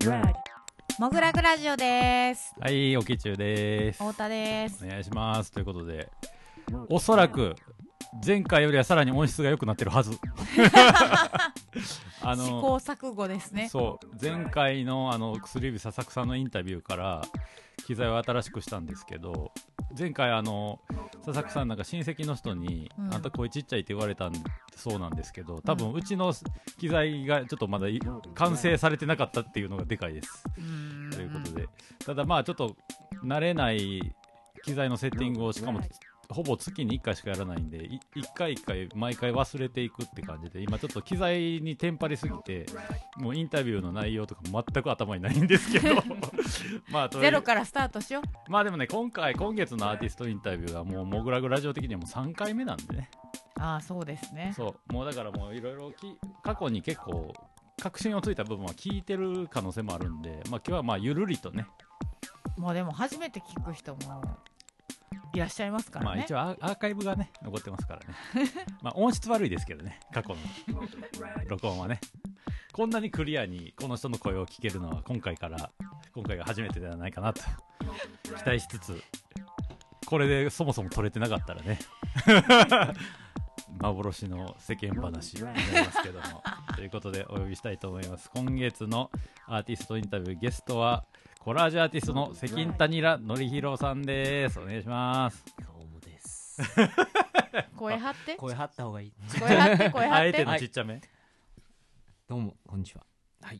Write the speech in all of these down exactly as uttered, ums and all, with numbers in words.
もぐらぐラジオです。 はい、おきちゅうです。 太田です。 お願いします。ということで、おそらく前回よりはさらに音質が良くなってるはず。 あの試行錯誤ですね。 そう、前回のあの薬指笹草のインタビューから機材を新しくしたんですけど、前回あの笹草なんか親戚の人に、うん、あんた声ちっちゃいって言われたんそうなんですけど、多分うちの機材がちょっとまだ完成されてなかったっていうのがでかいです。うんということで、ただまあちょっと慣れない機材のセッティングをしかもほぼ月にいっかいしかやらないんで、いっかいいっかい毎回忘れていくって感じで、今ちょっと機材にテンパりすぎて、もうインタビューの内容とか全く頭にないんですけどまあゼロからスタートしよう。まあでもね、今回今月のアーティストインタビューがもうモグラグラジオ的にはもうさんかいめなんでね。 ああ、そうですね。 そうもうだからもういろいろ過去に結構確信をついた部分は聞いてる可能性もあるんで、まあ今日はまあゆるりとね。 もうでも初めて聞く人もいらっしゃいますからね。 まあ一応アーカイブがね残ってますからねまあ音質悪いですけどね、過去の録音はね。こんなにクリアにこの人の声を聞けるのは今回から今回が初めてではないかなと期待しつつ、これでそもそも撮れてなかったらね幻の世間話になりますけどもということでお呼びしたいと思います。今月のアーティストインタビュー、ゲストはコラージュアーティストの関谷らのりひろさんです。お願いします。 どうもです声張って声張った方がいい。 声張って声張ってあえてのちっちゃめ、はい、 どうもこんにちは。はい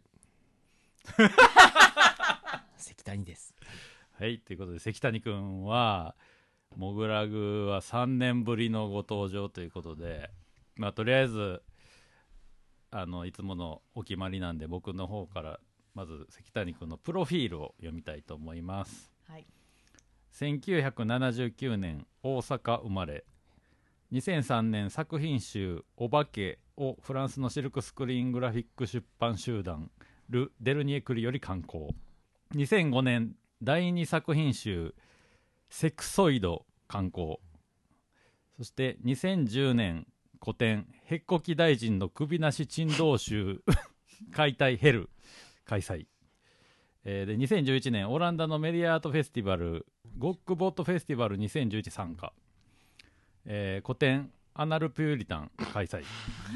関谷です。 はい、ということで関谷くんはモグラグはさんねんぶりのご登場ということで、まあとりあえずあのいつものお決まりなんで、僕の方からまず関谷君のプロフィールを読みたいと思います。はい、せんきゅうひゃくななじゅうきゅうねん大阪生まれ、にせんさんねん作品集「お化け」をフランスのシルクスクリーングラフィック出版集団ル・デルニエクリより刊行。にせんごねんだいに作品集「セクソイド」刊行。そしてにせんじゅうねん古典「へっこき大臣の首なし珍道集解体ヘル」開催、えー、でにせんじゅういちねんオランダのメディアアートフェスティバルゴックボットフェスティバルにせんじゅういち参加、えー、古典アナルピューリタン開催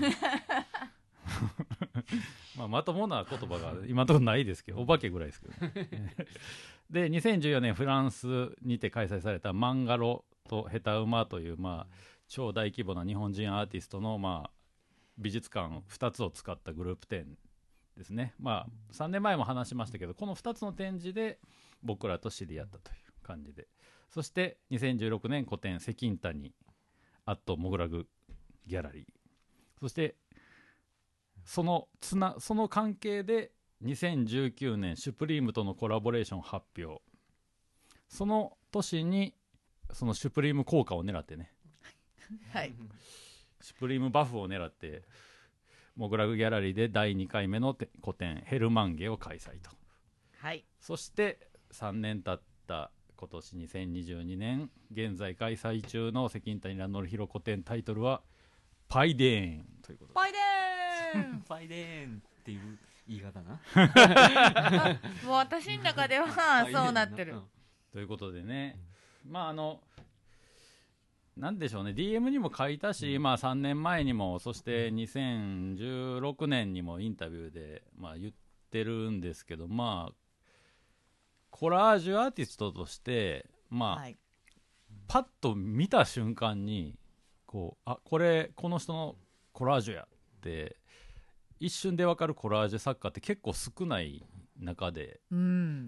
まあまともな言葉が今のところないですけど、お化けぐらいですけど、ね、でにせんじゅうよねんフランスにて開催されたマンガロとヘタウマという、まあ、超大規模な日本人アーティストの、まあ、美術館ふたつを使ったグループ展ですね。まあさんねんまえも話しましたけど、このふたつの展示で僕らと知り合ったという感じで、そしてにせんじゅうろくねん古典関谷アットモグラグギャラリー、そしてそのつなその関係でにせんじゅうきゅうねんシュプリームとのコラボレーション発表。その年にそのシュプリーム効果を狙ってねはいシュプリームバフを狙ってモグラグギャラリーでだいにかいめの個展ヘルマンゲを開催と、 はい、 そしてさんねん経った今年にせんにじゅうにねん現在開催中の関谷らのりひろ個展、タイトルはパイデーンということで、 パイデーンパイデーンっていう言い方なもう私の中ではそうなってる、うん、 ということでね、まああのなんでしょうね、 ディーエム にも書いたし、うん、まあさんねんまえにも、そしてにせんじゅうろくねんにもインタビューで、まあ、言ってるんですけど、まあコラージュアーティストとしてまあ、はい、パッと見た瞬間にこう、あ、これこの人のコラージュやって一瞬で分かるコラージュ作家って結構少ない中で、うん、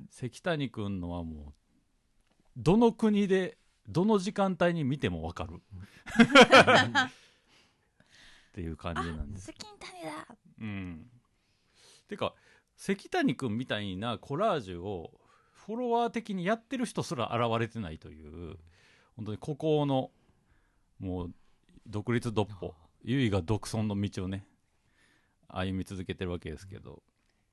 関谷君のはもうどの国でどの時間帯に見ても分かるっていう感じなんです。 関谷だ、 うん、てか関谷君みたいなコラージュをフォロワー的にやってる人すら現れてないという本当に孤高のもう独立独歩、唯我独尊の道をね歩み続けてるわけですけど、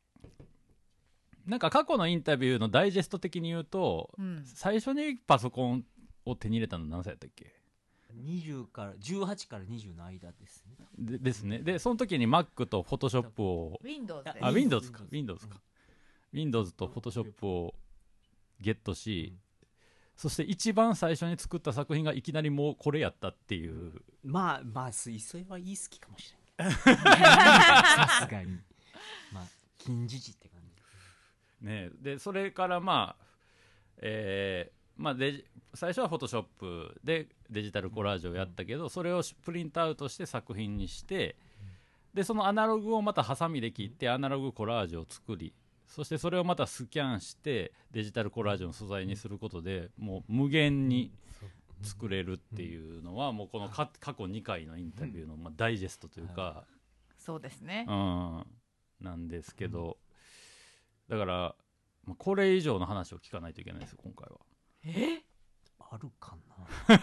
なんか過去のインタビューのダイジェスト的に言うと、うん、最初にパソコンを手に入れたの何歳だったっけ？ にじゅうからじゅうはちからにじゅうの間ですね。 でですね。でその時に Mac と Photoshop を Windows です。 あ Windows か Windows か、 Windows と Photoshop をゲットし、そして一番最初に作った作品がいきなりもうこれやったっていう、 まあまあそれは言い過ぎかもしれんけどさすがにまあ金字字って感じね、でそれからまあ、えーまあ、デジ最初は Photoshop でデジタルコラージュをやったけど、それをプリントアウトして作品にして、でそのアナログをまたハサミで切ってアナログコラージュを作り、そしてそれをまたスキャンしてデジタルコラージュの素材にすることでもう無限に作れるっていうのはもうこのか過去にかいのインタビューのまあダイジェストというか、 そうですね、 うん、なんですけど、だからまあこれ以上の話を聞かないといけないですよ今回は。 えあるかな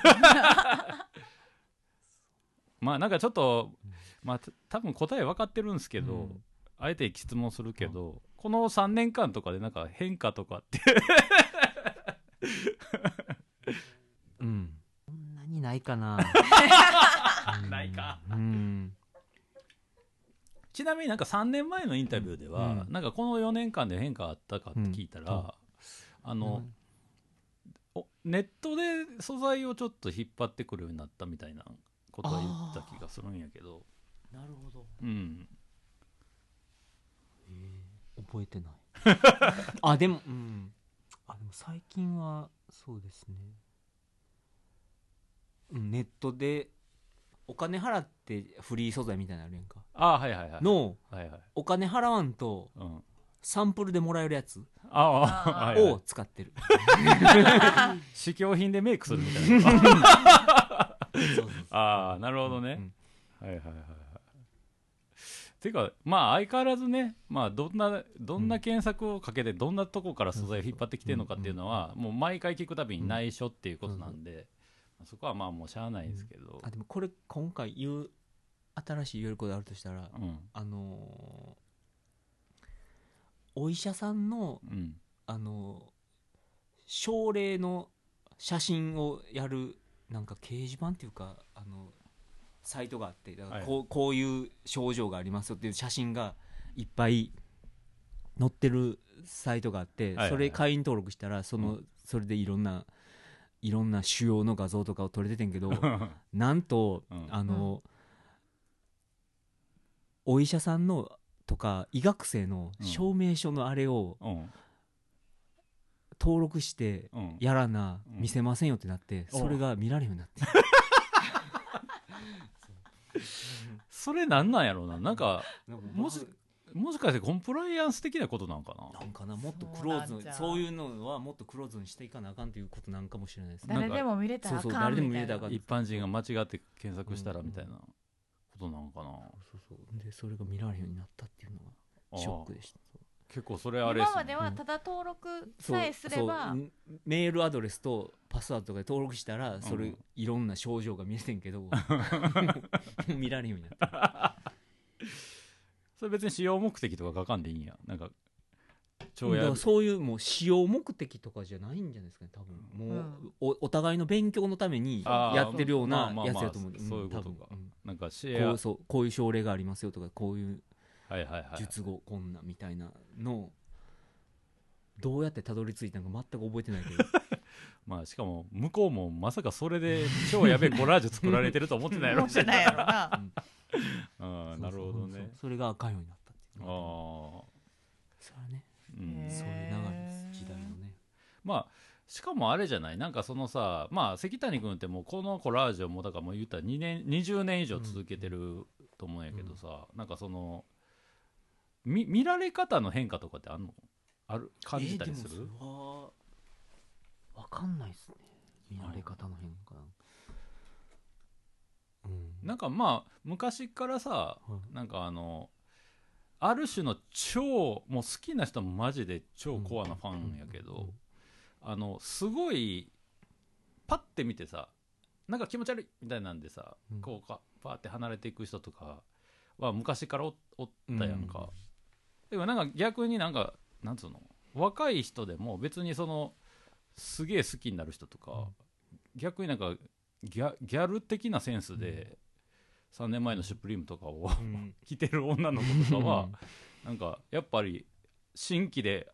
まあなんかちょっと、まあ、多分答え分かってるんですけど、 うんあえて質問するけど、うん、このさんねんかんとかでなんか変化とかってうんそんなにないかなないか、 うん、 ちなみになんかさんねんまえのインタビューでは、うん、なんかこのよねんかんで変化あったかって聞いたら、うん、あの、うん、ネットで素材をちょっと引っ張ってくるようになったみたいなことは言った気がするんやけど。 なるほど、 うん、 えー、覚えてないあでも、うん、あでも最近はそうですね、うん、ネットでお金払ってフリー素材みたいなのあるやんか、 あはいはいはいの、 はいはい、 お金払わんと、うん、サンプルでもらえるやつああを使ってる試供品でメイクするみたいなああなるほどね、うん、はいはいはい。てかまあ相変わらずね、まあ、どんなどんな検索をかけてどんなとこから素材を引っ張ってきてるのかっていうのはもう毎回聞くたびに内緒っていうことなんで、そこはまあもうしゃあないですけど、 あでもこれ今回言う新しい言えることあるとしたら、 うん、 あのー、お医者さんの、 うん、 あのー、症例の写真をやるなんか掲示板っていうかあのサイトがあって、だからこう、はい、こういう症状がありますよっていう写真がいっぱい載ってるサイトがあって、はいはいはい、それ会員登録したらその、うん、それでいろんないろんな腫瘍の画像とかを撮れててんけどなんと、うん、あの、うん、お医者さんのとか医学生の証明書のあれを、うん、登録してやらな、うん、見せませんよってなって、それが見られるようになってそれなんなんやろうな、なんかもしもしかしてコンプライアンス的なことなんかな、 なんかな、もっとクローズに、そういうのはもっとクローズにしていかなあかんということなんかもしれないですね。 誰でも見れたらあかんみたいな、そうそう誰でも見れたらあかん、 一般人が間違って検索したらみたいなことなのかな、うんうん、 そうそうでそれが見られるようになったっていうのがショックでした。 結構それあれですね、 今まではただ登録さえすれば、 うん、メールアドレスとパスワードとかで登録したらそれ、うん、いろんな症状が見れてんけど見られるようになったそれ別に使用目的とか書かんでいいんや、なんかそういうもう使用目的とかじゃないんじゃないですかね多分もう、うん、お, お互いの勉強のためにやってるようなやつやと思う、 そういうことか、うん、なんかシェアこうそうこういう症例がありますよとかこういうはいはいはい、 術後こんなみたいなのどうやってたどり着いたのか全く覚えてないけどまあしかも向こうもまさかそれで超やべえコラージュ作られてると思ってないやろ思ってないやろなあなるほどね、そうそうそれが赤いようになったっていうああそれはね、うん、そういう流れです時代のね。 まあしかもあれじゃない、なんかそのさ、まあ関谷君ってもうこのコラージュをもうだからもう言ったらにねんにじゅうねん以上続けてると思うんやけどさ、うん、なんかその見, 見られ方の変化とかってあんのある感じたりする？ えー、でもそれは分かんないですね、見られ方の変化、 うん、なんかまあ昔からさ、うん、なんかあのある種の超もう好きな人もマジで超コアなファンやけど、うんうんうん、あのすごいパッて見てさなんか気持ち悪いみたいなんでさ、うん、こうかパーって離れていく人とかは昔から お, おったやんか、うん、でもなんか逆になんかなんつうの若い人でも別にそのすげえ好きになる人とか、うん、逆になんかギ ャ, ギャル的なセンスで、うん、さんねんまえのシュプリームとかを、うん、着てる女の子とかはなんかやっぱり新規で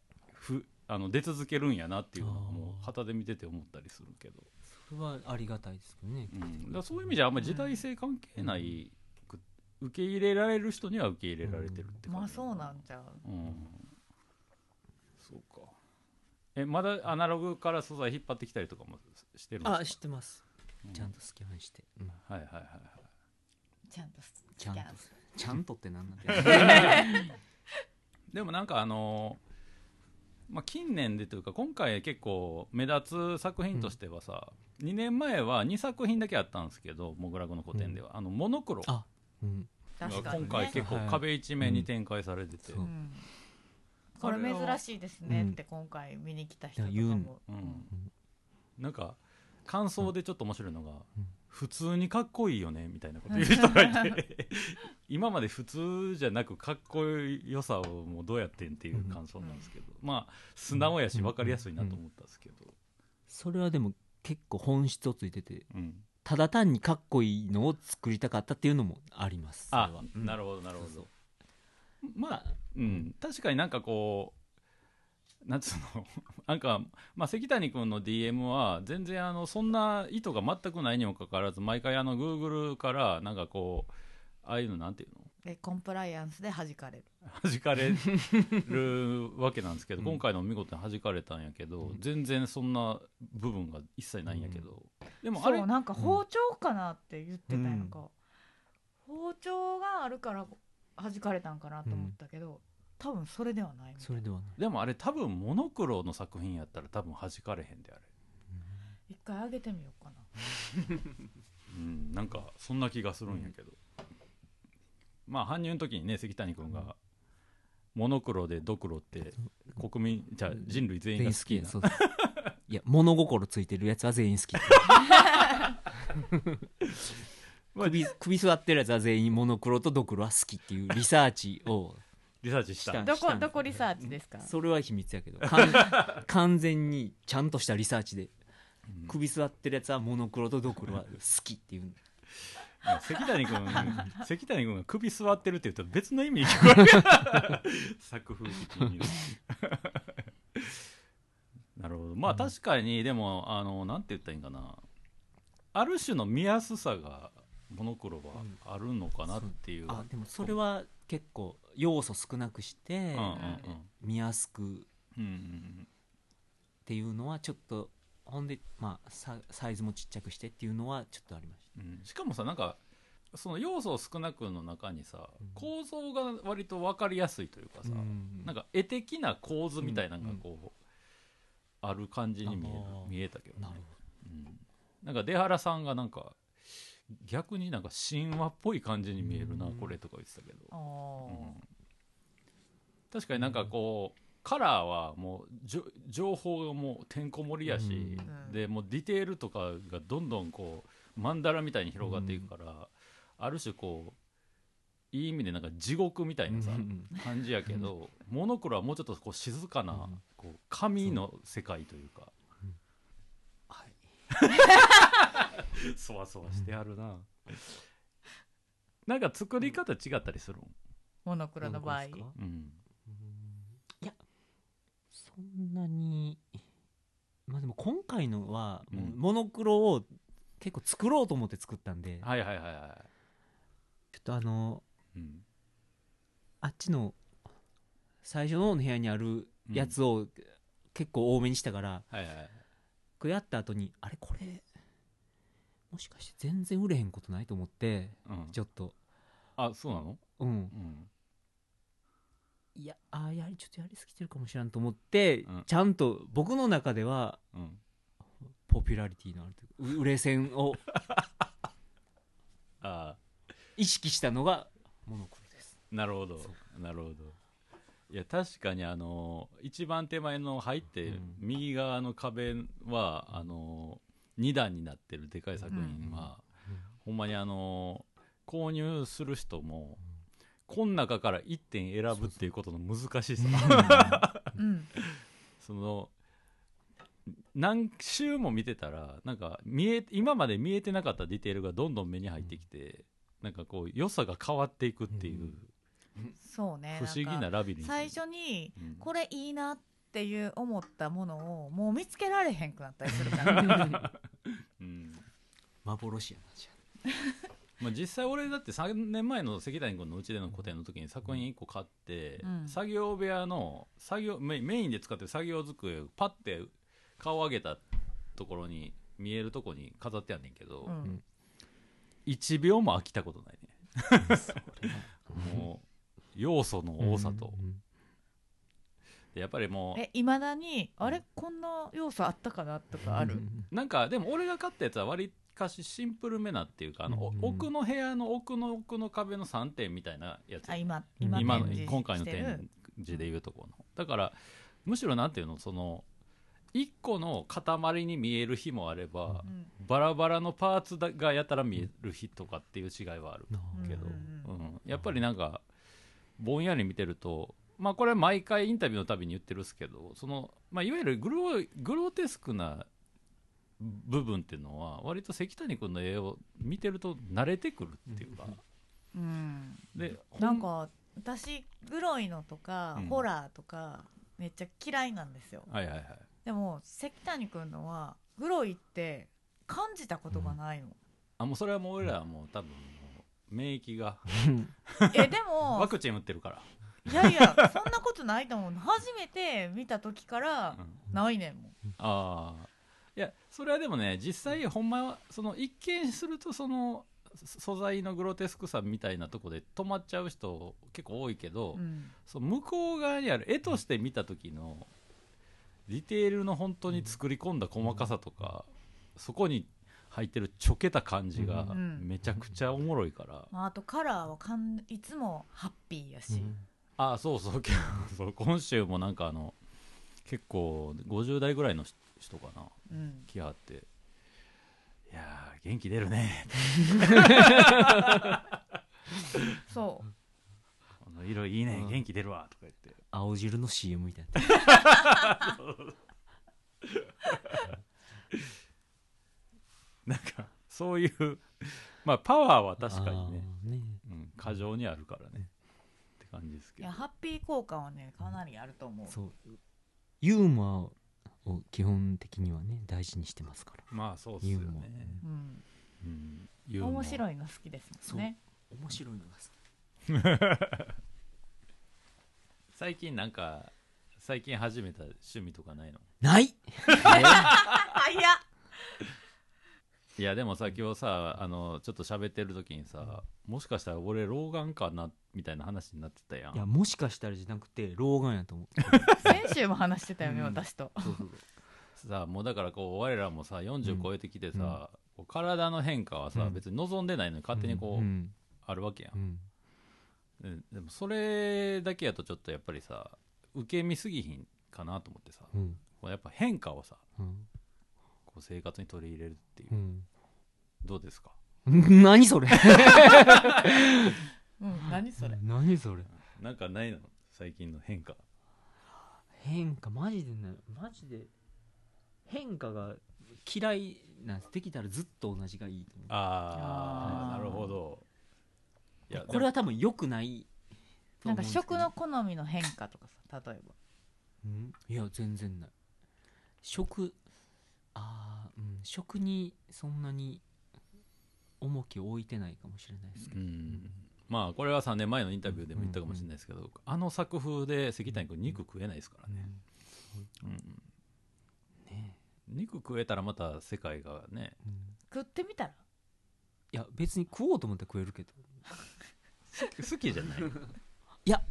ふあの出続けるんやなっていうのはあーもう旗で見てて思ったりするけど、 それはありがたいですけどね、 うん、だからそういう意味じゃあんまり時代性関係ない、く受け入れられる人には受け入れられてるって感じ、 まあそうなんちゃう。 うんそうか。えまだアナログから素材引っ張ってきたりとかもしてるんですか？ あ知ってます、 うんちゃんとスキャンして、うんはいはいはいはい。 ちゃんとスちゃんとキャンちゃんとってなんなんだよでもなんかあのーまあ、近年でというか今回結構目立つ作品としてはさ、うん、にねんまえはにさく品だけあったんですけどモグラグの個展では、うん、あのモノクロがあ、うん、 確かにね、 今回結構壁一面に展開されてて、 はいはい、 うんこれ珍しいですねって今回見に来た人とか言うも、 うんうん、なんか感想でちょっと面白いのが、うん、普通にかっこいいよねみたいなこと言う人がいて今まで普通じゃなくかっこよさをもうどうやってんっていう感想なんですけど、うん、まあ素直やし分かりやすいなと思ったんですけど、うんうんうん、 それはでも結構本質をついてて、うん、ただ単にかっこいいのを作りたかったっていうのもあります。 あ、うん、なるほどなるほど。そうそうまあ、うん、確かになんかこうなんつうのなんか、まあ、関谷君の ディーエム は全然あのそんな意図が全くないにもかかわらず毎回あの Google からなんかこうああいうのなんていうのえコンプライアンスで弾かれる弾かれるわけなんですけど、うん、今回の見事に弾かれたんやけど、うん、全然そんな部分が一切ないんやけど、うん、でもあれそうなんか包丁かなって言ってたやんか、うん、包丁があるから弾かれたんかなと思ったけど、うん、多分それではないみたいな。 それではない。 でもあれ多分モノクロの作品やったら多分弾かれへんであれ、 うん、一回上げてみようかなうん、なんかそんな気がするんやけど、うん、まあ搬入の時にね関谷君がモノクロでドクロって国民じゃあ人類全員が好きな、 そういや物心ついてるやつは全員好き首, 首座ってるやつは全員モノクロとドクロは好きっていうリサーチをリサーチしたどこどこリサーチですか？ それは秘密やけど完全にちゃんとしたリサーチで、うん、首座ってるやつはモノクロとドクロは好きっていう関谷君関谷君が首座ってるって言うと別の意味に聞こえる作風的になるほど。まあ確かにでもあのなんて言ったらいいんかな、ある種の見やすさがモノクロはあるのかなっていう、うん、 あでもそれは結構要素少なくして、うんうんうん、見やすくっていうのはちょっとほんで、まあ、サ, サイズもちっちゃくしてっていうのはちょっとありました、 うん、しかもさなんかその要素少なくの中にさ、うん、構造が割と分かりやすいというかさ、うん、なんか絵的な構図みたいなのがこう、うんうん、ある感じに見える見えたけど、ね、なるほど、うん、なんか出原さんがなんか逆になんか神話っぽい感じに見えるな、うん、これとか言ってたけど、うん、確かになんかこう、うん、カラーはもう情報がもうてんこ盛りやし、うん、でもうディテールとかがどんどんこうマンダラみたいに広がっていくから、うん、ある種こういい意味でなんか地獄みたいなさ、うん、感じやけど、うん、モノクロはもうちょっとこう静かな、うん、こう神の世界というか、うん、はいそわそわしてあるな、うん、なんか作り方違ったりするん？ モノクロの場合、うん、 いやそんなに、まあでも今回のは、うん、モノクロを結構作ろうと思って作ったんで、 はいはいはいはい、 ちょっとあの、うん、あっちの最初の部屋にあるやつを結構多めにしたから、うんはいはい、これやった後にあれこれもしかして全然売れへんことないと思って、うん、ちょっとあそうなの、 うん、うん、いやあやはりちょっとやりすぎてるかもしれんと思って、うん、ちゃんと僕の中では、うん、ポピュラリティのあるというか売れ線をあ意識したのがモノクロです。 なるほどなるほど。いや確かにあの一番手前の入って右側の壁は、うん、あのに段になってるでかい作品は、うんうん、ほんまにあの購入する人も、うん、この中からいってん選ぶっていうことの難しさその何周も見てたらなんか見え今まで見えてなかったディテールがどんどん目に入ってきて、うん、なんかこう良さが変わっていくっていう、うん、 そうね、 不思議なラビリンス。 最初にこれいいなっっていう思ったものをもう見つけられへんくなったりするからうん、 幻やなじまあ実際俺だってさんねんまえの関谷君のうちでの個展の時に作品いっこ買って、うん、作業部屋の作業 メ, メインで使ってる作業机をパッて顔を上げたところに見えるところに飾ってあんねんけど、うん、いちびょうも飽きたことないねもう要素の多さと、うんうん、でやっぱりもういまだにあれこんな要素あったかなとかある、うん、 なんかでも俺が買ったやつは割かしシンプルめなっていうかあの、うん、奥の部屋の奥の奥の壁のさんてんみたいなやつ、 あ 今, 今, 今の今回の展示でいうところのだからむしろなんていうのそのいっこの塊に見える日もあれば、うん、バラバラのパーツがやたら見える日とかっていう違いはあるけど、うんうん、やっぱりなんかぼんやり見てるとまあこれは毎回インタビューのたびに言ってるっすけどその、まあ、いわゆるグロ、グロテスクな部分っていうのは割と関谷君の絵を見てると慣れてくるっていうか、 うん、でなんか私グロいのとか、うん、ホラーとかめっちゃ嫌いなんですよ、 はいはいはい、 でも関谷君のはグロいって感じたことがないの、うん、 あもうそれはもう俺らはもう多分もう免疫がえでもワクチン打ってるからいやいやそんなことないと思う初めて見た時からないねんもん、 うん、ああいやそれはでもね実際ほんまはその一見するとその素材のグロテスクさみたいなとこで止まっちゃう人結構多いけど、うん、その向こう側にある絵として見た時のディテールの本当に作り込んだ細かさとか、うん、そこに入ってるちょけた感じがめちゃくちゃおもろいから、 うん、あとカラーはかんいつもハッピーやし、うん、 あそうそうそう今週もなんかあの結構ごじゅう代ぐらいの人かな、うん、来はっていやー元気出るねそうこの色いいね、うん、元気出るわとか言って青汁の シーエム みたいななんかそういうまあパワーは確かに ね, ね、うん、過剰にあるからね、うん、って感じですけどいやハッピー効果はねかなりあると思う、 そうユーモアを基本的にはね大事にしてますからまあそうっすよね、 うんうん、面白いの好きですもんね面白いのが好き最近なんか最近始めた趣味とかないのない早っいやでもさ今日さあのちょっと喋ってる時にさもしかしたら俺老眼かなみたいな話になってたやん。 いやもしかしたらじゃなくて老眼やと思う先週も話してたよね、うん、私とそうそうそうさあもうだからこう我らもさよんじゅう超えてきてさ、うん、こう体の変化はさ、うん、別に望んでないのに勝手にこう、うん、あるわけやん、うん、でもそれだけやとちょっとやっぱりさ受け身すぎひんかなと思ってさ、うん、こうやっぱ変化をさ、うん、こう生活に取り入れるっていう、うん、どうですか何それうん、何それ何それなんかないの最近の変化変化マジでねマジで変化が嫌いなんですできたらずっと同じがいいと思うああなるほどいやこれは多分良くないなんか食の好みの変化とかさ例えばうんいや全然ない食あー、うん、食にそんなに重きを置いてないかもしれないですけど、うん、 まあこれはさんねんまえのインタビューでも言ったかもしれないですけど、うんうん、あの作風で関谷君肉食えないですからね、うんうん、ね肉食えたらまた世界がね、 うん、食ってみたらいや別に食おうと思って食えるけど好きじゃないいや好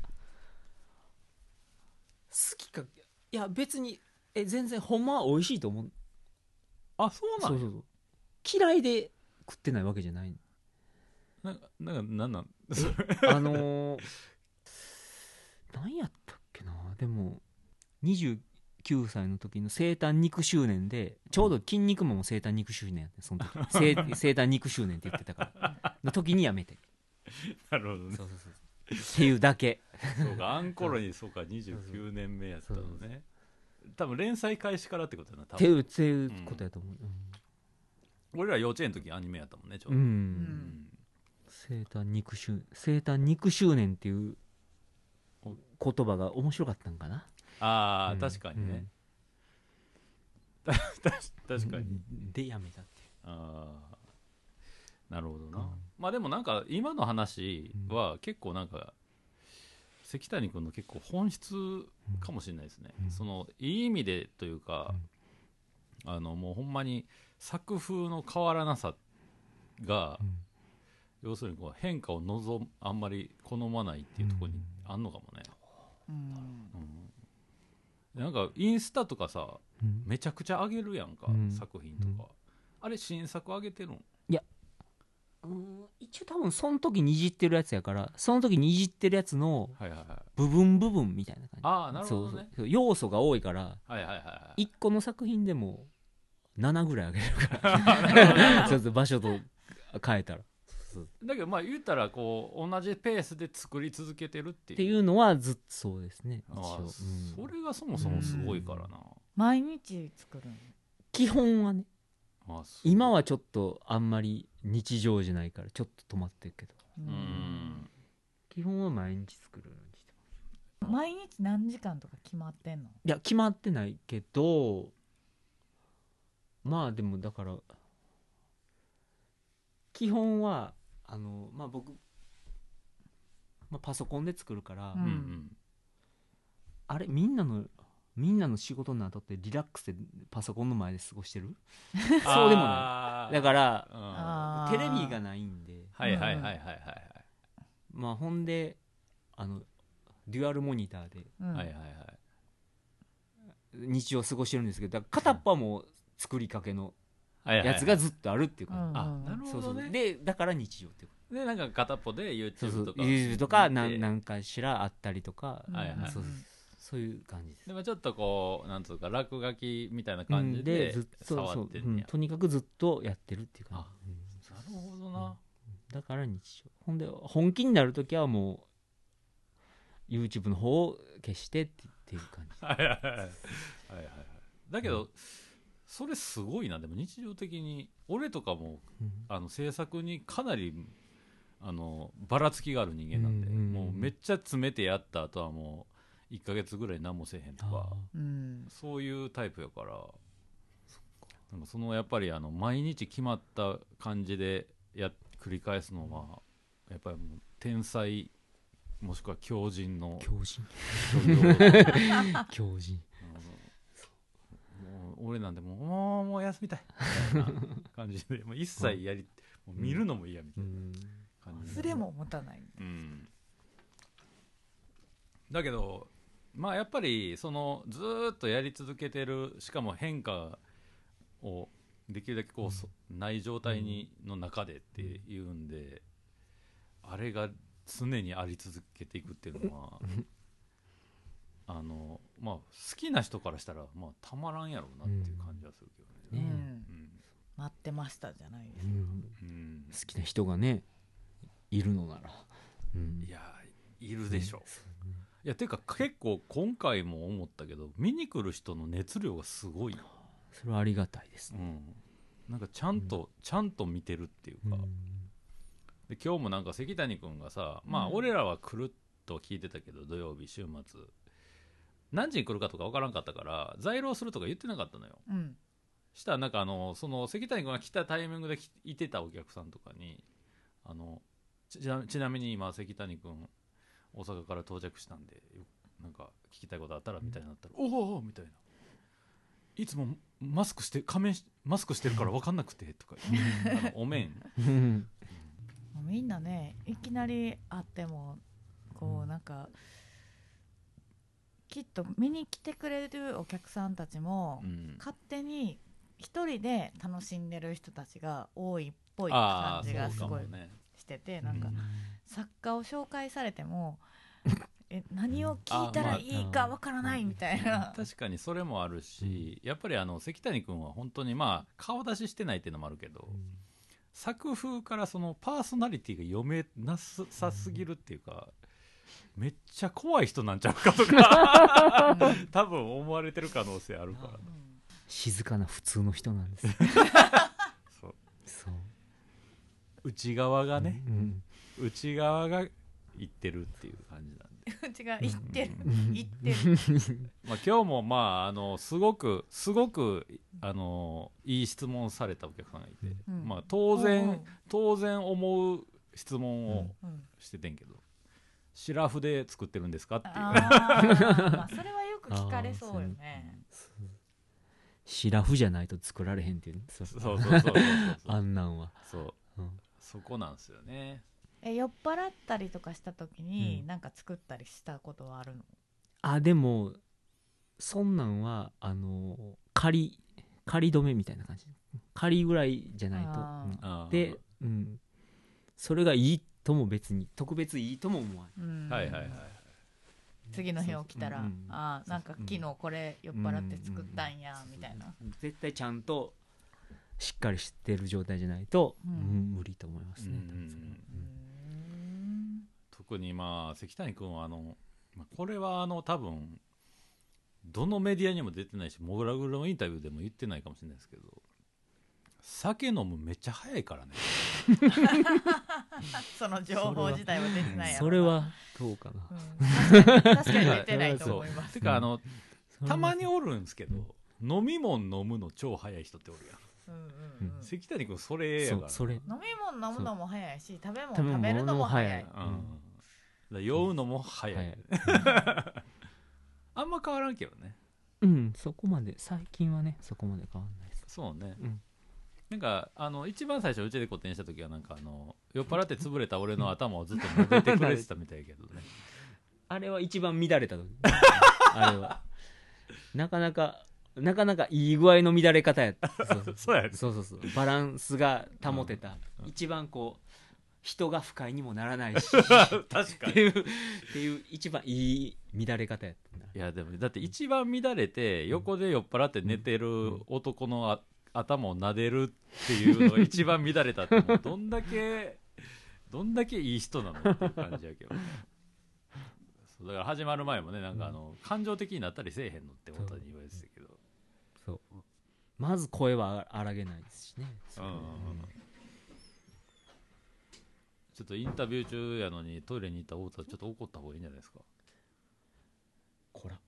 きかいや別にえ全然ほんまは美味しいと思うあそうなのそうそうそう嫌いで食ってないわけじゃないななんかなんなんあのー、何やったっけなでもにじゅうきゅうさいの時の生誕肉周年でちょうど筋肉マンも生誕肉周年やってその時生, 生誕肉周年って言ってたからの時にやめてなるほどねそうそうそうっていうだけそうかあん頃にそうかにじゅうきゅうねんめやったのね多分連載開始からってことやな多分っていうことやと思う、うんうん、俺ら幼稚園の時アニメやったもんねちょうど、うんうん、 生誕肉周生誕肉周年っていう言葉が面白かったんかなああ、 うん確かにね、 うん確かに、 でやめたっていう。 ああなるほどな、 うんまあでもなんか今の話は結構なんか関谷君の結構本質かもしれないですね、 うんそのいい意味でというか、あのもうほんまに作風の変わらなさが、 うん要するにこう変化を望むあんまり好まないっていうところにあんのかもね、 うんうん、なんかインスタとかさうんめちゃくちゃ上げるやんか、 うん作品とか、あれ新作上げてるん？ うん一応多分その時にいじってるやつやからその時にいじってるやつのはいはいはい、 部分部分みたいな感じ。 ああなるほどね、 そうそう要素が多いからはいはいはいはいいっこの作品でもななぐらいあげるからそうそう場所と変えたらそうだけどまあ言ったらこう同じペースで作り続けてるっていうっていうのはずっとそうですね一ああ応、うんそれがそもそもすごいからな、 毎日作るの？ 基本はねああすごい今はちょっとあんまり日常じゃないからちょっと止まってるけどううんん基本は毎日作るようにしてます。 毎日何時間とか決まってんの？ いや決まってないけどまあでもだから基本はあのまあ僕、まあ、パソコンで作るから、 ううんんあれみんなのみんなの仕事の後ってリラックスでパソコンの前で過ごしてるうんそうでもなだからうんあーテレビがないんではいはいはいはいはいまあほんであのデュアルモニターでうんはいはいはい日常過ごしてるんですけどだから片っぽはもう作りかけのはいはいはいやつがずっとあるっていうか、 うんあなるそうそうほどねでだから日常っていうかでなんか片っぽでそうそう YouTube とか YouTube とか見てなんなんかしらあったりとか、 うんはいはいそうそうそういう感じですでもちょっとこうなんつうか落書きみたいなう感じんでずっとそうそう、 触ってんねや、 うんとにかくずっとやってるっていう感あじ、 なるほどな、 うんだから日常ほんで本気になるときはもう YouTube の方を消してってっていう感じはいはいはいはいはいはいだけど、それすごいなでも日常的に俺とかもうんあの制作にかなりあのばらつきがある人間なんで、 うんうんうんもうめっちゃ詰めてやった後はもういっかげつぐらい何もせえへんとかあうんそういうタイプやからなんかそのやっぱりあの毎日決まった感じでや繰り返すのはやっぱりもう天才もしくは強靭のー強靭強強靭もう俺なんでもうもうもう休みたいみたいな感じでもう一切やり、もう見るのも嫌みたいな感じそれも持たない。 うん、だけどまあやっぱりそのずーっとやり続けてるしかも変化をできるだけこうそ、ない状態にの中でっていうんで、あれが常にあり続けていくっていうのはあのまあ好きな人からしたらまあたまらんやろうなっていう感じはするけどね、 うんね待ってましたじゃないですか。 うんうん好きな人がねいるのなら、うんいやいるでしょ、いやてか結構今回も思ったけど見に来る人の熱量がすごい、 それはありがたいですね、 うん、なんかちゃんと、ちゃんと見てるっていうか、で今日もなんか関谷君がさ、まあうん俺らは来ると聞いてたけど土曜日週末何時に来るかとか分からんかったから在廊するとか言ってなかったのよ。 うんしたらなんかあのその関谷君が来たタイミングで来いてたお客さんとかにあのちちなちなみに今関谷君大阪から到着したんでよなんか聞きたいことあったらみたいになったら、おおおみたいないつもマスクして仮面しマスクしてるから分かんなくてとか言ってあのお面うんもうみんなねいきなり会ってもこうなんかきっと見に来てくれるお客さんたちもうん勝手に一人で楽しんでる人たちが多いっぽい感ああじがすごいそうかもねしてて、なんか作家を紹介されてもえ何を聞いたらいいかわからないみたいな。 確かにそれもあるし、やっぱりあの関谷君は本当にまあ顔出ししてないっていうのもあるけど、作風からそのパーソナリティが読めなさすぎるっていうか、めっちゃ怖い人なんちゃうかとか多分思われてる可能性あるから、 うん静かな普通の人なんですよそうそう内側がね、 うん内側が言ってるっていう感じなんでうちが言ってるうん言ってるまあ、今日もまああのすごくすごくあのいい質問されたお客さんがいて、 うんまあ、当然、 うん当然思う質問をうんしててんけど、シラフで作ってるんですかっていう。 あーまあそれはよく聞かれそうよね。 シラフじゃないと作られへんっていうね、そうそうそうそうそうそうあんなんは、 そううんそこなんですよね。 え酔っ払ったりとかした時にうんなんか作ったりしたことはあるの？ あでもそんなんはあの仮仮止めみたいな感じ、仮ぐらいじゃないと、 あーうんあーで、うん、それがいいとも別に特別いいとも思わない、 うんはいはいはい。 次の日起きたら、 そううんうんあーなんか昨日これ酔っ払って作ったんやみたいな。 絶対ちゃんとしっかりしてる状態じゃないと、 うんうん無理と思いますね、 うんうんうんうん特にまあ関谷君はあのまあこれはあの多分どのメディアにも出てないしモグラグのインタビューでも言ってないかもしれないですけど、酒飲むめっちゃ早いからね。 その情報自体は出てないやろなそれはどうかな、 うん確かに確かに出てないと思います。 てかあのそれはたまにおるんですけど、飲み物飲むの超早い人っておるやん。 うんうんうん関谷君それやから。 そうそれ飲み物飲むのも早いし食べ物食べ物食べるのも早い。 うん。だから酔うのも早い。 はいあんま変わらんけどね。 うんそこまで最近はねそこまで変わんないです、 そうね。 うんなんかあの一番最初うちで個展した時はなんかあの酔っ払って潰れた俺の頭をずっと撫でてくれてたみたいやけどね。 あれは一番乱れた時あれはなかなかなかなかいい具合の乱れ方やったそうそうそうやね。 そうそうそうバランスが保てた、 うん一番こう人が不快にもならないし確かに。 っていうっていう一番いい乱れ方やったんだいやでもだって一番乱れて横で酔っ払って寝てる男のあ頭を撫でるっていうのが一番乱れたってもうどんだけどんだけいい人なのっていう感じやけどね。そうだから始まる前もねなんかあの感情的になったりせえへんのってことに言われてたけど、 そうまず声は荒げないですしね、 うんうんうんちょっとインタビュー中やのにトイレに行った太田ちょっと怒った方がいいんじゃないですか。 こら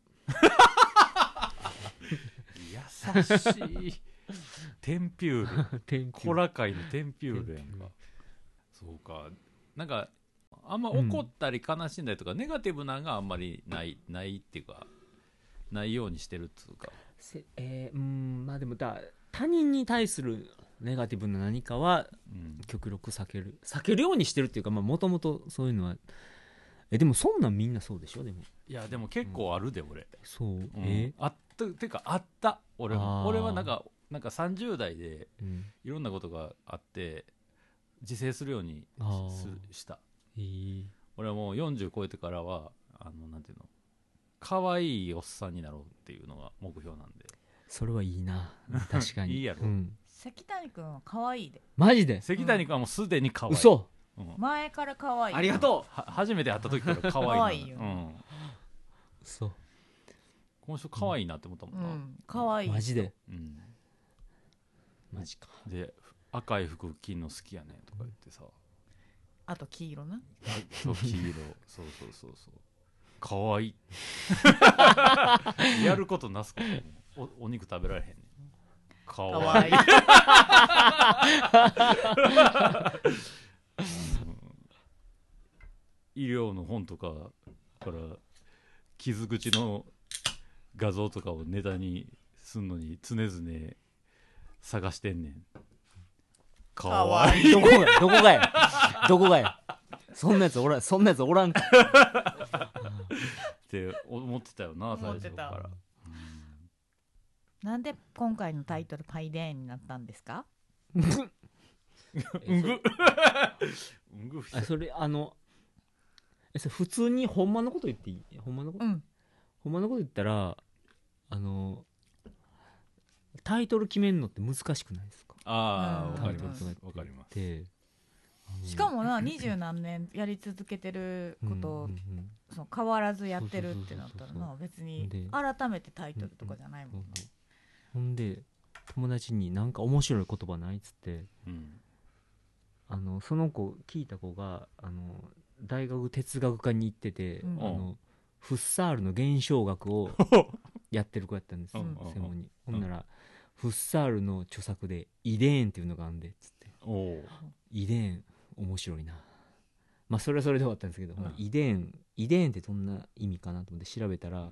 優しいテンピュール天気コラ界のテンピュールやんか。そうかなんかあんま怒ったり悲しんだりとか、ネガティブなのがあんまりないないっていうかないようにしてるっていうか。 せえー、うーんまあでもだ他人に対するネガティブな何かはうん極力避ける避けるようにしてるっていうかもともとそういうのはえでもそんなんみんなそうでしょでもいやでも結構あるで俺、 そう、 うんえあったてかあった俺あーも俺はなんかなんかさんじゅう代でうんいろんなことがあって自制するようにあーすした。 えー俺はもうよんじゅう超えてからはあのなんていうの可愛いおっさんになろうっていうのが目標なんで。 それはいいな確かにいいやろうん、 関谷君は可愛いで。 マジで関谷君はもうすでに可愛い、 嘘うん前から可愛い。 ありがとは初めて会った時から可愛い可愛いようん、 うそうこの人可愛いなって思ったもんな、 うん可愛い。 マジでうんマジかで赤い服着んの好きやねとか言ってさ、 あと黄色な。 あそう黄色そうそうそうそう可愛いやることなすことも お, お肉食べられへんねん可可愛い愛い。 医療の本とかから傷口の画像とかをネタにすんのに常々探してんねん。かわいいどこがどこがやどこがやそんなやつおらんそんなやつおらんかって思ってたよな最思ってた初から。 なんで今回のタイトルパイレーンになったんですか？ うんぐうんぐあそれあのえそれ普通にほんまのこと言っていいほんまのこと、 うん。 ほんまのこと言ったらあのタイトル決めるのって難しくないですかああうんわかりますタイトルとかわかります。 であのしかもな二十何年やり続けてることを、 うんうんうんその変わらずやってるってなったらそうそうそうな別にで改めてタイトルとかじゃないもんな。 ほんで友達になんか面白い言葉ないっつってうんあのその子聞いた子があの大学哲学科に行ってて、 うんあのフッサールの現象学をやってる子やったんですよ、 うん専門に。ほんなら、フッサールの著作でイデーンっていうのがあんでっつって、 おうイデーン面白いな。まあそれはそれで終わったんですけど、 うんイデーンイデーンってどんな意味かなと思って調べたら、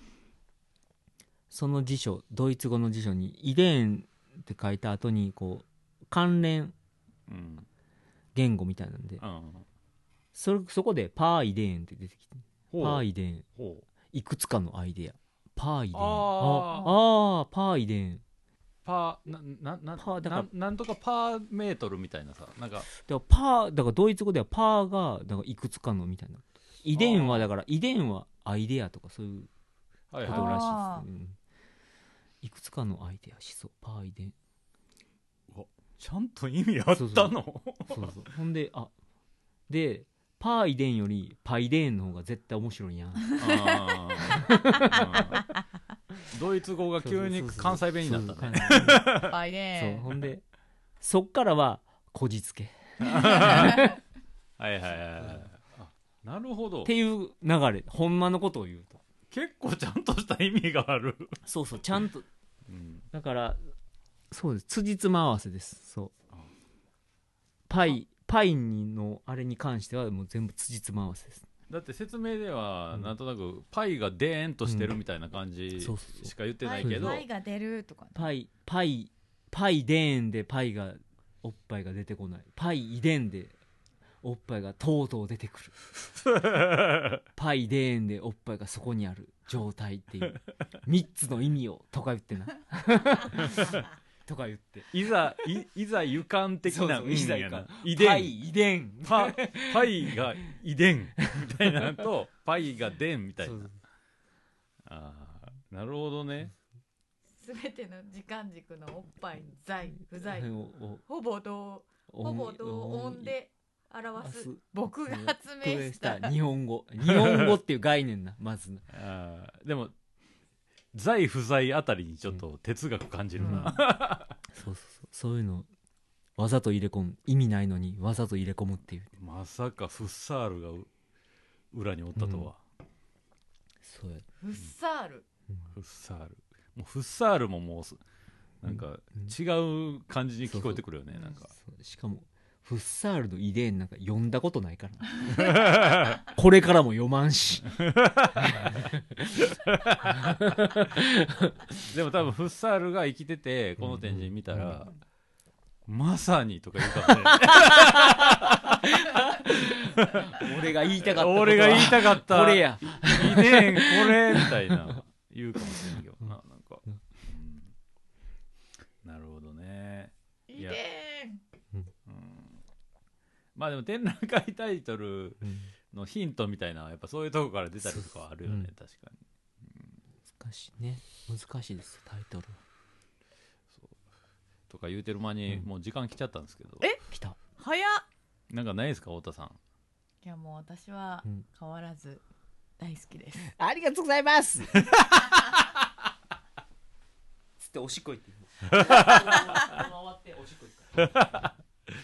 その辞書、ドイツ語の辞書にイデーンって書いた後にこう関連うん言語みたいなんで、 うんそれそこでパーイデーンって出てきて、 ほうパーイデーン、 ほういくつかのアイデア、パーイデーン、 あああーパーイデーン、 パーなななパーだからななんとかパーメートルみたいなさ、なんかだからパーだからドイツ語ではパーがだからいくつかのみたいな、イデーンはだからイデーンはアイデアとかそういうはいことらしいあですね、うんいくつかのアイデア思想パーイデン、 ちゃんと意味あったの？ そうそうほんであでパーイデンよりパイデーンの方が絶対面白いやん。 あーうんドイツ語が急に関西弁になったね。 ーパイそうねほんでそっからはこじつけっはいはいはいはいあなるほど。 ていう流れ、ほんまのことを言うと結構ちゃんとした意味がある。 そうそうちゃんとうんだからそうです辻褄合わせです。そうパイパイのあれに関してはもう全部辻褄合わせです。 だって説明ではうんなんとなくパイがデーンとしてるみたいな感じそうそうそうしか言ってパイないけど、 パイが出るとかねパイパイパイデーンでパイがおっぱいが出てこない、パイイデンでおっぱいがとうとう出てくるパイデーンでおっぱいがそこにある状態っていうみっつの意味をとか言ってなとか言っていざいいざゆかん的なそうそう意味やな。遺パ伝イイデンパパイが遺伝みたいなのとパイが伝みたいな。 そうあーなるほどね。 すべての時間軸のおっぱい在不在おおほぼ同おほぼ同音で表すす僕が発明した日本語日本語っていう概念なまずなあーでも在不在あたりにちょっと哲学感じるな。 そうそうそうそういうのわざと入れ込む、意味ないのにわざと入れ込むっていうまさかフッサールがう裏におったとは。 そうやフッサールフッサールもうフッサールももうすなんか違う感じに聞こえてくるよね。 そうそうなんかそうしかもフッサールの遺伝なんか読んだことないからこれからも読まんしでも多分フッサールが生きててこの展示見たら、まさにとか言うかもね俺が言いたかったことは俺が言いたかったこれや遺伝これみたいな言うかもしれんけどな、なんか、うんなるほどね。 遺伝うんまあでも展覧会タイトルのヒントみたいなやっぱそういうとこから出たりとかはあるよね、 うん確かに。 難しいね難しいですタイトルとか言うてる間にうんもう時間来ちゃったんですけど、 え来た早っなんかないですか太田さん。 いやもう私はうん変わらず大好きですありがとうございますつっておしっこ行って回っておしっこ行くから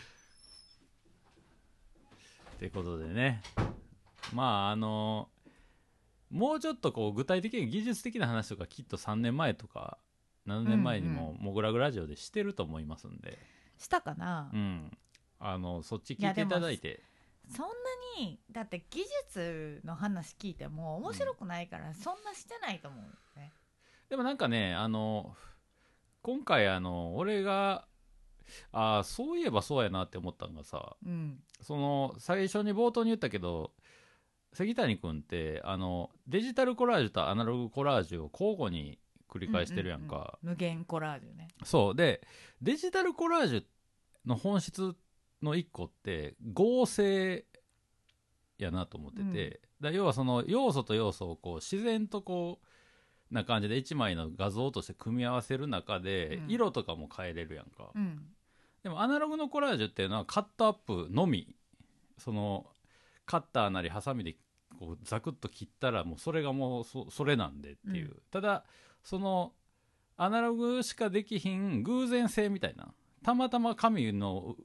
ってことでね、まああのもうちょっとこう具体的に技術的な話とかきっとさんねんまえとかななねんまえにもモグラグラジオでしてると思いますんで、 したかな、 うん、あのそっち聞いていただいて。 そんなにだって技術の話聞いても面白くないから、そんなしてないと思うね。 でもなんかね、あの今回あの俺があそういえばそうやなって思ったのがさ、 うんその最初に冒頭に言ったけど関谷君ってあのデジタルコラージュとアナログコラージュを交互に繰り返してるやんか、 うんうんうん無限コラージュね。 そうでデジタルコラージュの本質の一個って合成やなと思ってて、だ要はその要素と要素をこう自然とこうな感じでいちまいの画像として組み合わせる中で、 うん色とかも変えれるやんか、 うんでもアナログのコラージュっていうのはカットアップのみ、そのカッターなりハサミでこうザクッと切ったらもうそれがもう そ, それなんでっていう、 うんただそのアナログしかできひん偶然性みたいな、たまたま紙の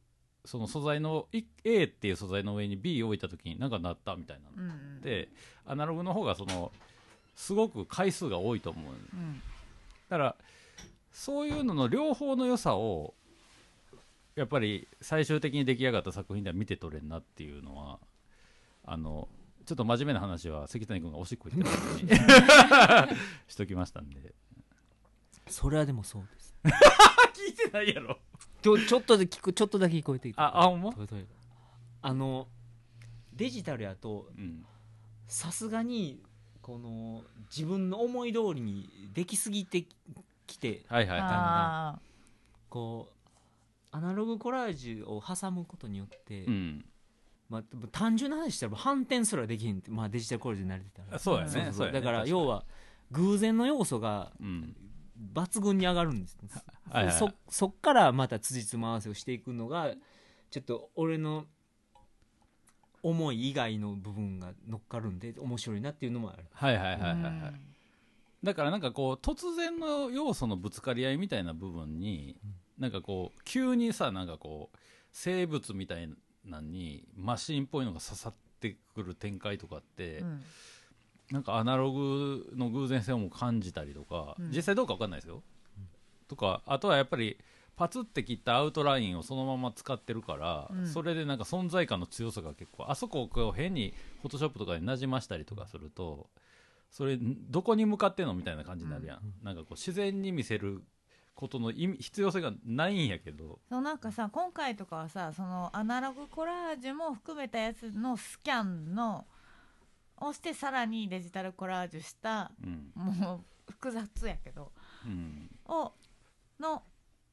その素材の A っていう素材の上に B を置いた時になんかなったみたいなの、 うんうん、 でアナログの方がそのすごく回数が多いと思う、 うん、 だからそういうのの両方の良さをやっぱり最終的に出来上がった作品では見て取れんなっていうのは、あのちょっと真面目な話は関谷君がおしっこ言ってる時にしときましたんで。 それはでもそうです聞いてないやろ。 ちょちょっとで聞くちょっとだけ聞こえてきた。 ああほんま。 あのデジタルやとうんさすがにこの自分の思い通りにできすぎてきて、 はいはいはあこうアナログコラージュを挟むことによって、 い、うんまあ、単純な話したら反転すらできへんって、まあ、デジタルコラージュに慣れてたらそうやね、 そうそうそうやねだから確に要は偶然の要素がうん抜群に上がるんです、 はいはいそ, そっからまた辻褄合わせをしていくのがちょっと俺の思い以外の部分が乗っかるんで面白いなっていうのもある。 はいはいはいーはいはい、だからなんかこう突然の要素のぶつかり合いみたいな部分に、なんかこう急にさなんかこう生物みたいなのにマシンっぽいのが刺さってくる展開とかって、 うん、 なんかアナログの偶然性をも感じたりとか、 うん実際どうか分かんないですよ、とかあとはやっぱりパツって切ったアウトラインをそのまま使ってるから、 うんそれでなんか存在感の強さが結構あそこをこう変にフォトショップとかになじましたりとかするとそれどこに向かってんのみたいな感じになるやん、なんかこう自然に見せることの意味必要性がないんやけど、 そうなんかさ今回とかはさそのアナログコラージュも含めたやつのスキャンのをしてさらにデジタルコラージュしたうんもう複雑やけどうんをの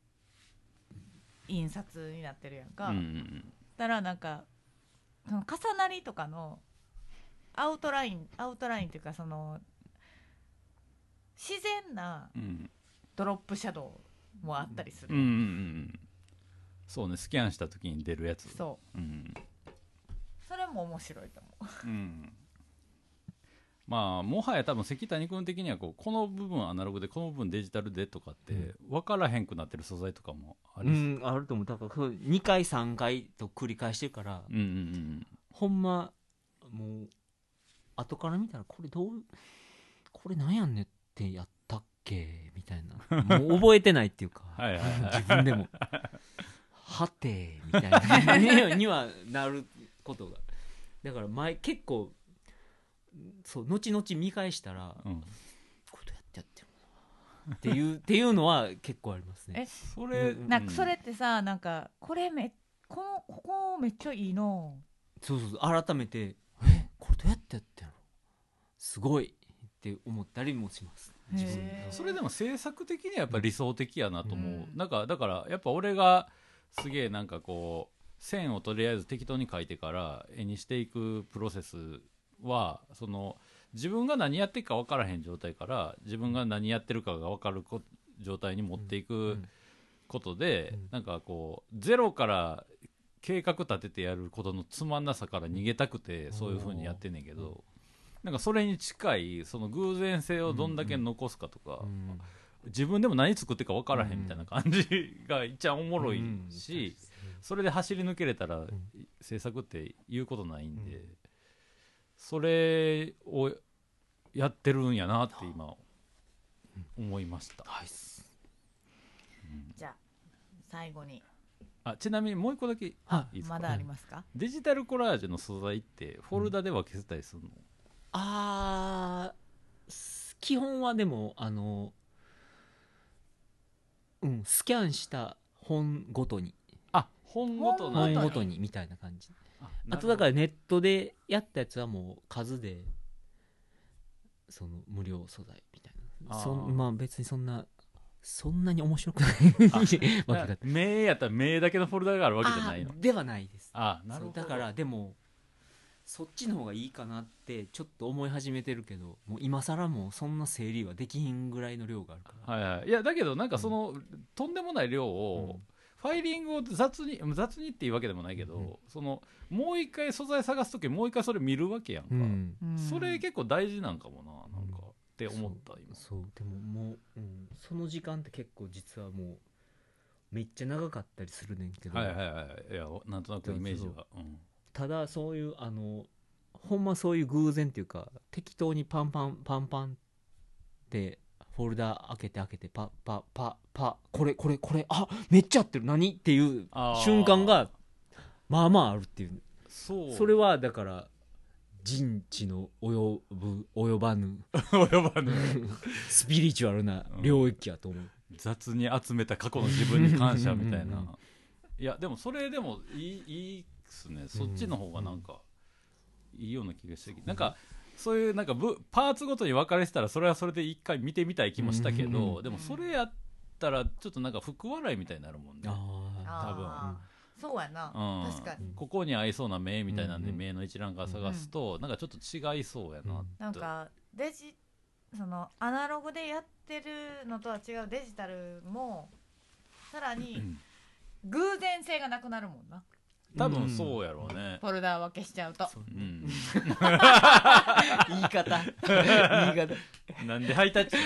印刷になってるやんか、 うんうんだからなんかその重なりとかのアウトラインアウトラインっていうかその自然なうんドロップシャドウもあったりする、 うんうんうんそうね、スキャンした時に出るやつ、 そううんそれも面白いと思う。 うんまあもはや多分関谷君的にはこうこの部分アナログでこの部分デジタルでとかって分からへんくなってる素材とかもあり、 うんあると思う。だからそうにかいさんかいと繰り返してるから、 うんうんうんほんまもう後から見たらこれどうこれなんやんねってやったっけみたいなもう覚えてないっていうかはいはいはい自分でもはてみたいなににはなることがだから前結構そう後々見返したら、 うんこれどうやってやってるのっていうっていうのは結構ありますね。 えそれうんなんかそれってさなんかこれめこのここめっちゃいいのそうそうそう改めてえこれどうやってやってるのすごいって思ったりもします自分で。 へーそれでも制作的にはやっぱ理想的やなと思う、 うんなんかだからやっぱ俺がすげえなんかこう線をとりあえず適当に描いてから絵にしていくプロセスはその自分が何やってるか分からへん状態から自分が何やってるかが分かるこ状態に持っていくことで、 うんなんかこうゼロから計画立ててやることのつまんなさから逃げたくてそういう風にやってんねんけど、なんかそれに近いその偶然性をどんだけ残すかとか、 うん自分でも何作ってるか分からへんみたいな感じが一番おもろいうんし、それで走り抜けれたらん制作って言うことないんで、 うんそれをやってるんやなって今思いました、 ナイスうんじゃあ最後にあちなみにもう一個だけいいですか、 まだありますか、 デジタルコラージュの素材ってフォルダでは消せたりするの、 あーす基本はでもあのうんスキャンした本ごとにあ本ごとなんだ本ごとにみたいな感じ。 ああとだからネットでやったやつはもう数でその無料素材みたいなあーそんまあ別にそんなそんなに面白くないあわけがな名やったら名だけのフォルダがあるわけじゃないのあではないです。 あなるほどそうだからでもそっちの方がいいかなってちょっと思い始めてるけどもう今更もうそんな整理はできひんぐらいの量があるから、 はいはい、いやだけどなんかその、とんでもない量を、 うんファイリングを雑に雑にっていうわけでもないけど、 うんそのもう一回素材探す時もう一回それ見るわけやんか、 うんうんそれ結構大事なんかもななんか、って思った今そうそうでももう、うん、その時間って結構実はもうめっちゃ長かったりするねんけど、 はいはいはいいやなんとなくイメージは、うん、 ただそういうあのほんまそういう偶然っていうか適当にパンパンパンパンってフォルダ開けて開けてパパパパこれこれこれあめっちゃ合ってる何っていう瞬間がまあまああるっていう。 そうそれはだから人知の及ぶ及ばぬ及ばぬスピリチュアルな領域やと思う、 うん、雑に集めた過去の自分に感謝みたいないやでもそれでもいいいいっすね。そっちの方がなんかいいような気がしてきて、なんかそういうなんかブパーツごとに分かれてたらそれはそれで一回見てみたい気もしたけど、でもそれやったらちょっとなんか福笑いみたいになるもんね。多分そうやな、うん、確かにここに合いそうな目みたいなんで、目の一覧から探すと、うん、なんかちょっと違いそうやな、うん、 なんかデジそのアナログでやってるのとは違うデジタルもさらに偶然性がなくなるもんな。 多分そうやろうね、 フォルダー分けしちゃうと、 うん、言い方言い方なんでハイタッチ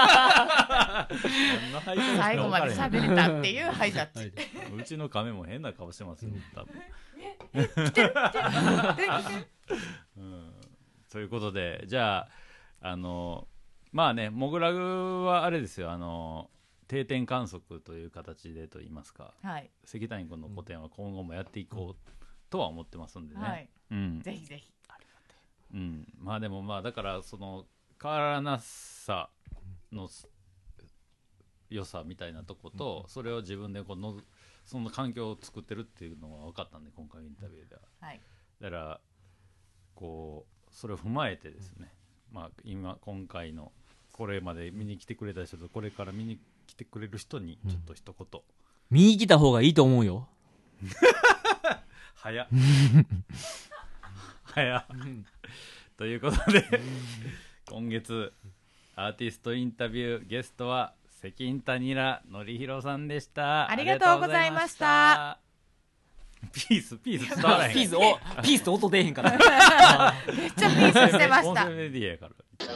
最後まで喋れたっていうハイタッチうちの亀も変な顔してますよ多分え来てる来てるうん、ということでじゃああのまあねモグラグはあれですよ、あの定点観測という形でといいますか、はい、関谷君の個展は今後もやっていこうとは思ってますんでね、はいうん、 ぜひぜひ、 うん、まあでもまあだからその変わらなさの良さみたいなとこと、うん、それを自分でこのその環境を作ってるっていうのが分かったんで今回のインタビューでは、はい、だからこうそれを踏まえてですね、うんまあ、今今回のこれまで見に来てくれた人とこれから見に来てくれる人にちょっと一言、うん、 見に来た方がいいと思うよ早っ早っということで今月アーティストインタビューゲストは関谷良則弘さんでした。 ありがとうございました。 ピースピース伝わらへんピースおピースって音出えへんからめっちゃピースしてました。 音声メディアやから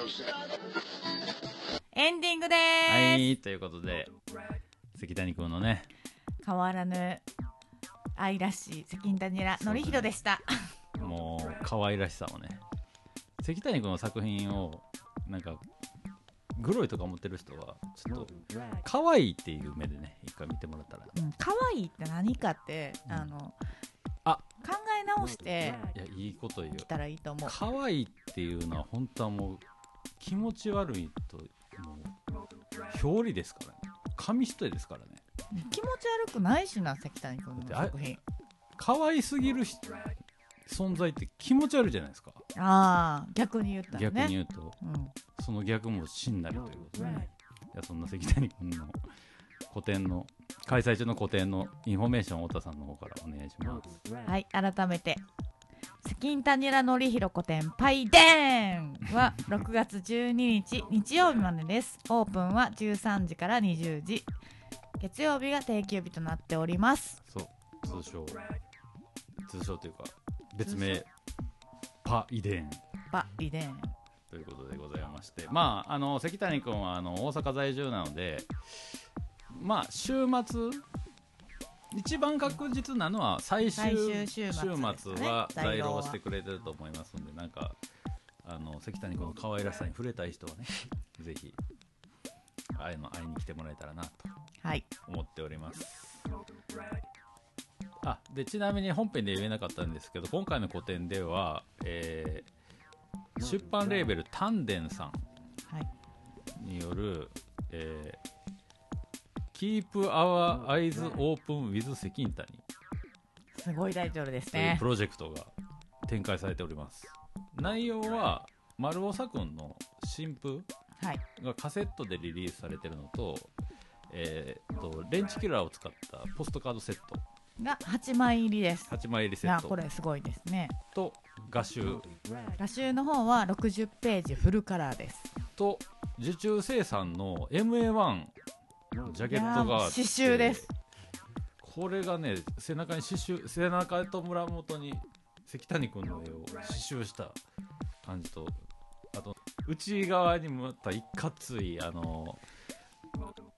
エンディングでーす。 はいということで関谷君のね変わらぬ愛らしい関谷良則弘でした。 もう可愛らしさをね関谷君の作品をなんかグロいとか思ってる人はちょっと可愛いっていう目でね一回見てもらったら、 うん、可愛いって何かって、うん、あのあ考え直していやいいこと言う来たらいいと思う。 可愛いっていうのは本当はもう気持ち悪いともう表裏ですからね紙一重ですからね。 気持ち悪くないしな関谷君の作品可愛すぎる存在って気持ち悪いじゃないですか。 ああ逆に言ったらね逆に言うと、うん、その逆も真なりということで、ね、うん、いやそんな関谷君の個展の開催中の個展のインフォメーションを太田さんの方からお願いします。 はい、改めて関谷良則弘個展パイデンはろくがつじゅうににち日曜日までです。オープンはじゅうさんじからにじゅうじ、月曜日が定休日となっております。 そう通称通称というか別名パイデンパイデンということでございまして、まああの関谷君はあの大阪在住なので、まあ週末一番確実なのは最終週末は在廊してくれてると思いますので、なんかあの関谷君の可愛らしさに触れたい人はねぜひ会いに来てもらえたらなと思っております、はい、あでちなみに本編で言えなかったんですけど今回の個展では、えー、出版レーベル丹田さんによる、はいえーKeep Our Eyes Open with 関谷すごいタイトルですね。 プロジェクトが展開されております。内容は丸尾左君の新譜がカセットでリリースされているのと、えー、とレンチキュラーを使ったポストカードセットがはちまい入りです。 はちまい入りセットこれすごいですね。 と画集画集の方はろくじゅっページフルカラーです。 と受注生産の エムエーワンジャケットがあって刺繍です。 これがね背中に刺繍背中と胸元に関谷君の絵を刺繍した感じとあと内側にまたいかついあの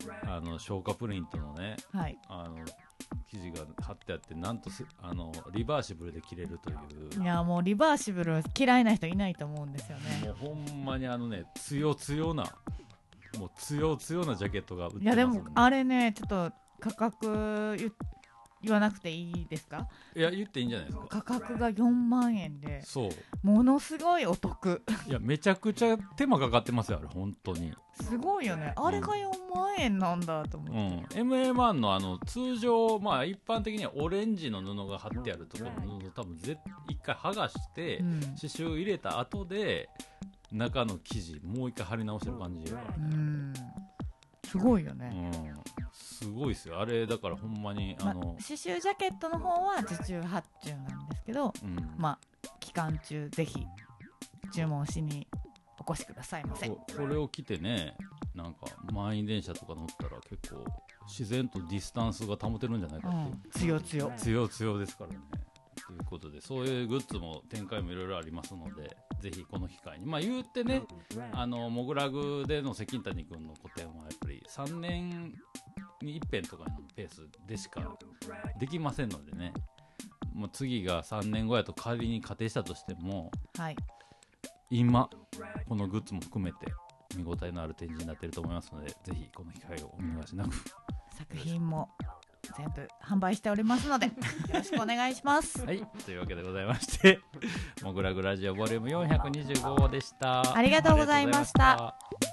あの消化プリントのね、 はい、 あの生地が貼ってあって、なんとあのリバーシブルで着れるという。 いやもうリバーシブル嫌いな人いないと思うんですよね。 もうほんまにあのね、強強なもう強強なジャケットが売ってます、ね、 いやでもあれね、ちょっと価格言言わなくていいですか？ いや言っていいんじゃないですか。 価格がよんまんえんで、 そうものすごいお得。 いやめちゃくちゃ手間かかってますよあれ、本当にすごいよね。あれがよんまんえんなんだと思って、 うん、エムエーワン のあの通常、まあ、一般的にはオレンジの布が貼ってあるところの布を多分ぜ一回剥がして、うん、刺繍入れた後で中の生地もう一回貼り直してる感じやから、ね、うんすごいよね、 うん、すごいですよあれ。だからほんまにあの、ま、 刺繍ジャケットの方は受注発注なんですけど、うん、まあ期間中ぜひ注文しにお越しくださいませ。 こ, これを着てね、なんか満員電車とか乗ったら結構自然とディスタンスが保てるんじゃないかって、うん、 強強強強ですからね。ということで、そういうグッズも展開もいろいろありますので、ぜひこの機会に、まあ言うてね、あのモグラグでの関谷君の個展はやっぱりさんねんに一遍とかのペースでしかできませんのでね、もう次がさんねんごやと仮に仮定したとしても、 はい、 今このグッズも含めて見応えのある展示になっていると思いますので、ぜひこの機会をお見逃しなく。 作品も全部販売しておりますのでよろしくお願いします。 はい、というわけでございましてモグラグラジオボリュームよんひゃくにじゅうごでした。 ありがとうございました。